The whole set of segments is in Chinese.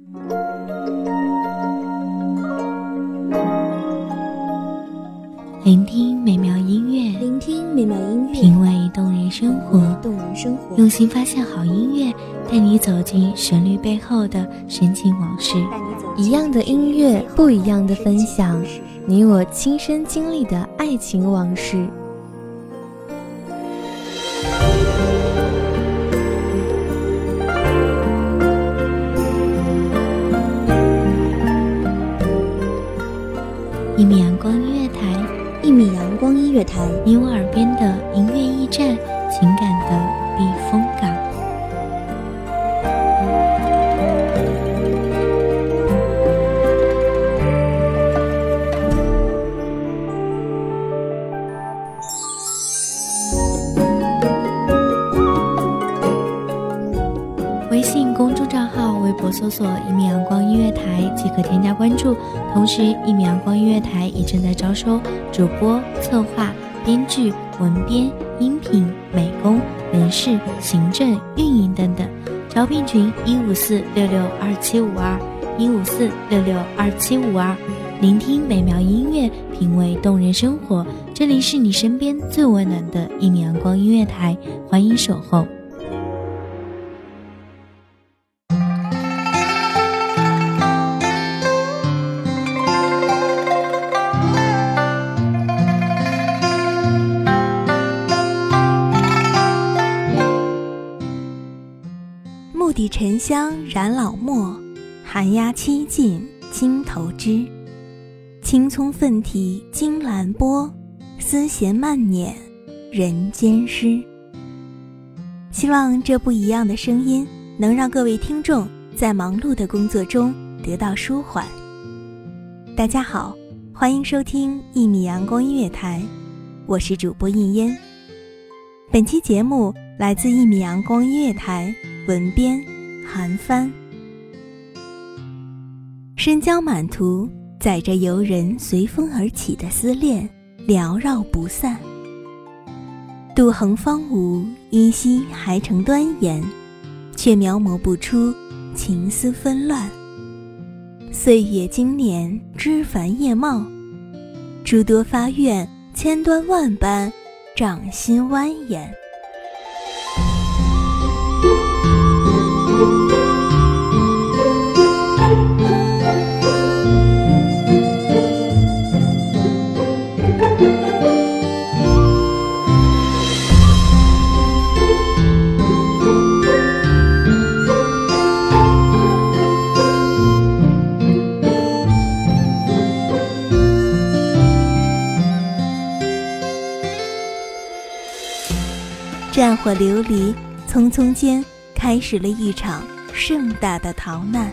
聆听美妙音乐，品味动人生活，用心发现好音乐，带你走进旋律背后的深情往事。 一样的音乐，不一样的分享，你我亲身经历的爱情往事。 一米阳光音乐台，你我耳边的音乐驿站，情感的避风港。微信公众账号、微博搜索“一米阳光音乐台”即可添加关注。同时，一米阳光音乐台也正在招收主播、策划、编剧、文编、音频、美工、人事、行政、运营等等。招聘群154662752，154662752。聆听美妙音乐，品味动人生活。这里是你身边最温暖的一米阳光音乐台，欢迎守候。 牧笛沉香染老墨，寒鸦栖静青头枝。青葱奋蹄惊兰波，丝弦慢捻人间诗。希望这不一样的声音能让各位听众在忙碌的工作中得到舒缓。大家好，欢迎收听一米阳光音乐台，我是主播印烟。本期节目来自一米阳光音乐台，文编韩帆。深江满途载着游人随风而起的思恋，缭绕不散。渡横芳芜，依稀还成端严，却描摹不出情思纷乱。岁月经年，枝繁叶茂，诸多发愿，千端万般，掌心蜿蜒。战火流离，匆匆间开始了一场盛大的逃难。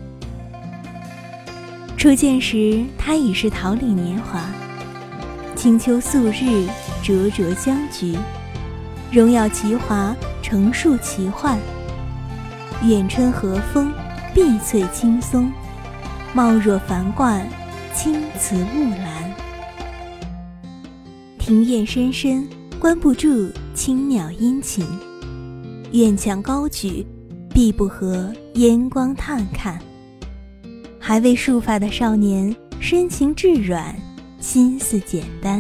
初见时，他已是桃李年华，清秋素日，灼灼相菊，荣耀奇华，成树奇幻。远春和风，碧翠青松，貌若繁冠，青瓷木兰。庭院深深，关不住青鸟殷勤，院墙高举，必不合烟光探看。还未束发的少年，深情至软，心思简单。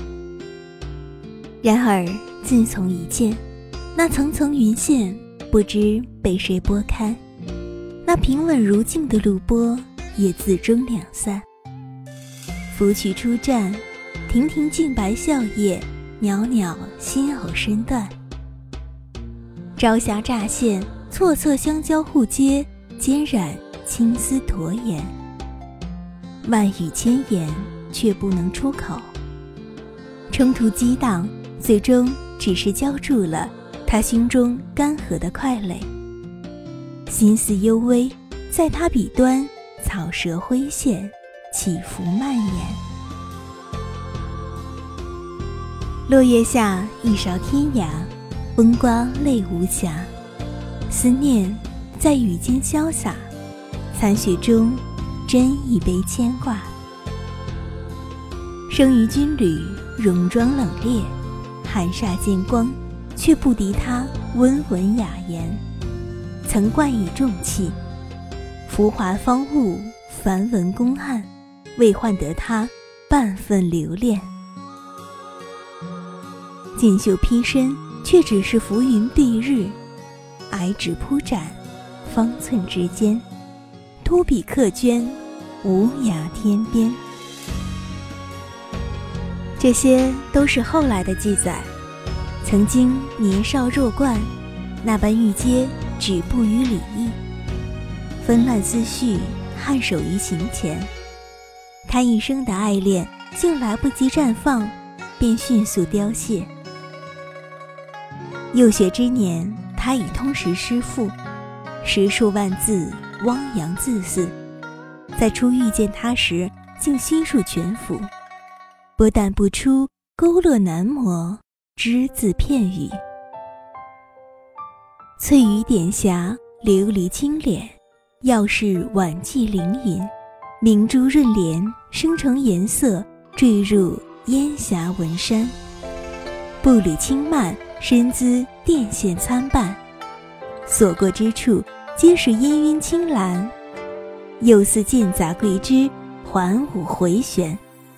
然而自从一见，那层层云线不知被谁拨开，那平稳如镜的路波也自终两散。拂去初绽，亭亭净白笑靥，袅袅新藕身段。朝霞乍现，错错相交互接，兼染青丝驼颜。万语千言，却不能出口。冲突激荡，最终只是浇筑了他心中干涸的快垒。心思幽微，在他笔端草蛇灰线，起伏蔓延。落叶下一勺天涯，风刮泪无暇。思念在雨间潇洒，残雪中斟一杯牵挂。生于军旅，戎装冷冽，寒煞见光，却不敌他温文雅言。曾冠以重器， 浮华芳雾，繁文公案，未换得他半分留恋。锦绣披身，却只是浮云蔽日；矮纸铺展，方寸之间；秃笔刻捐，无涯天边。这些都是后来的记载。曾经年少弱冠，那般欲接，止步于礼义，纷乱思绪，颔首于情前。他一生的爱恋竟来不及绽放，便迅速凋谢。幼学之年，他已通识诗赋，识数万字，汪洋恣肆。在初遇见他时，竟心术全服，不但不出勾勒难磨，只字片语。翠羽点霞，琉璃清敛，耀是晚霁凌云。明珠润莲，生成颜色，坠入烟霞纹山。步履轻慢，身姿电线参半，所过之处皆是氤氲青蓝，又似剑杂桂枝，环舞回旋。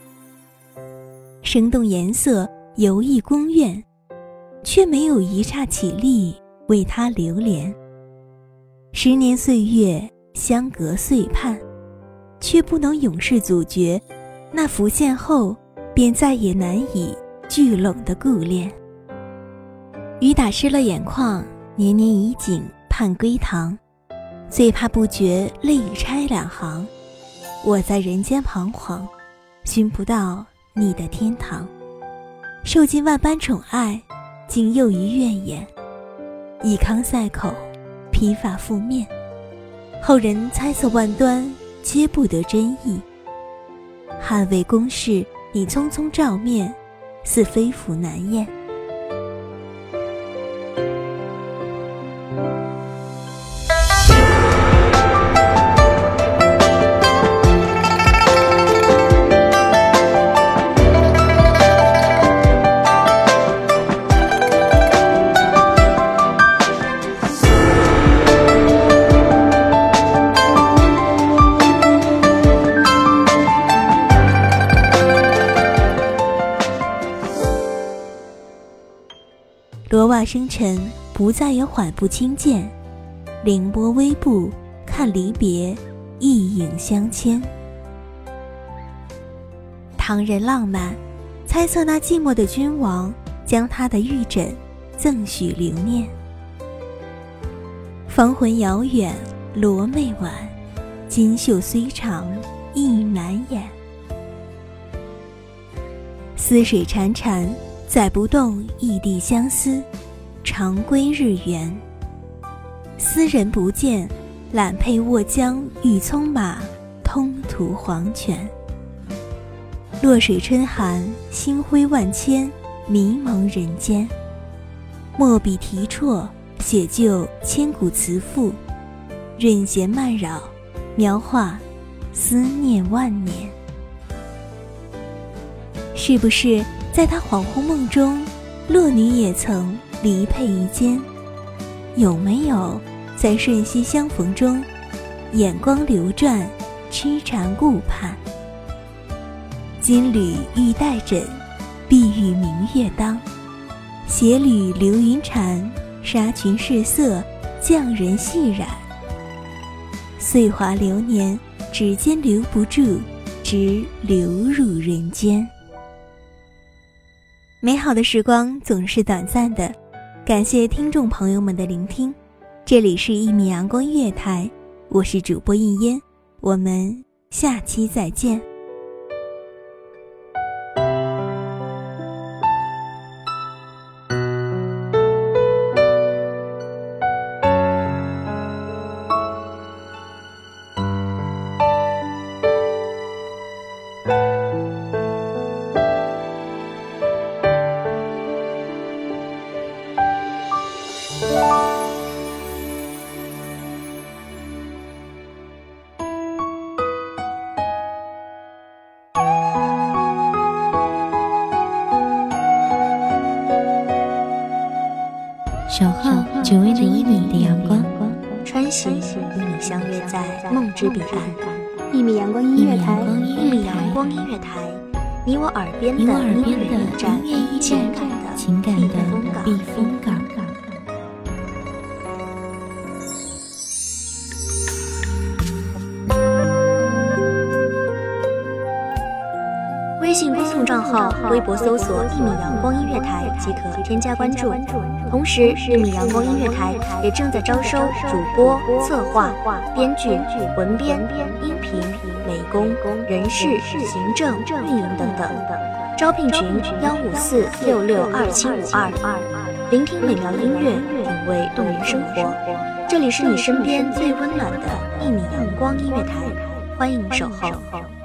生动颜色，游弋宫苑，却没有一刹起立为他流连。10年岁月，相隔岁盼，却不能永世阻绝那浮现后便再也难以聚拢的故恋。雨打湿了眼眶，年年以景盼归堂，最怕不觉泪已拆2行。我在人间彷徨，寻不到你的天堂。受尽万般宠爱，竟囿于怨言。以康塞口，披发覆面，后人猜测万端，皆不得真意。捍卫公事，你匆匆照面，似非福难咽。罗袜生尘，不再有缓步轻剑，凌波微步，看离别，一影相牵。唐人浪漫，猜测那寂寞的君王将他的玉枕赠许留念。芳魂遥远，罗袂晚，金袖虽长，意难掩。思水潺潺，载不动异地相思，长归日圆。斯人不见，揽佩卧江，欲匆马，通途黄泉。落水春寒，星辉万千，迷蒙人间。墨笔提啜，写就千古词赋，润弦漫扰，描画思念万年。是不是在他恍惚梦中，洛女也曾离佩一肩？有没有在瞬息相逢中，眼光流转，痴缠顾盼？金缕玉带枕，碧玉明月当。斜缕流云缠，纱裙试色，匠人细染。岁华流年，指尖留不住，直流入人间。美好的时光总是短暂的，感谢听众朋友们的聆听。这里是一米阳光音乐台，我是主播应烟，我们下期再见。 守候只为那1米的阳光， 穿行与你相约在梦之彼岸。 一米阳光音乐台， 一米阳光音乐台，你我耳边的音乐驿站， 情感的避风港。 微信公众账号、微博搜索“一米阳光音乐台”即可添加关注。同时，一米阳光音乐台也正在招收主播、策划、编剧、文编、音频、美工、人事、行政、运营等等。招聘群154662752。聆听美妙音乐，品味动人生活。这里是你身边最温暖的一米阳光音乐台，欢迎守候。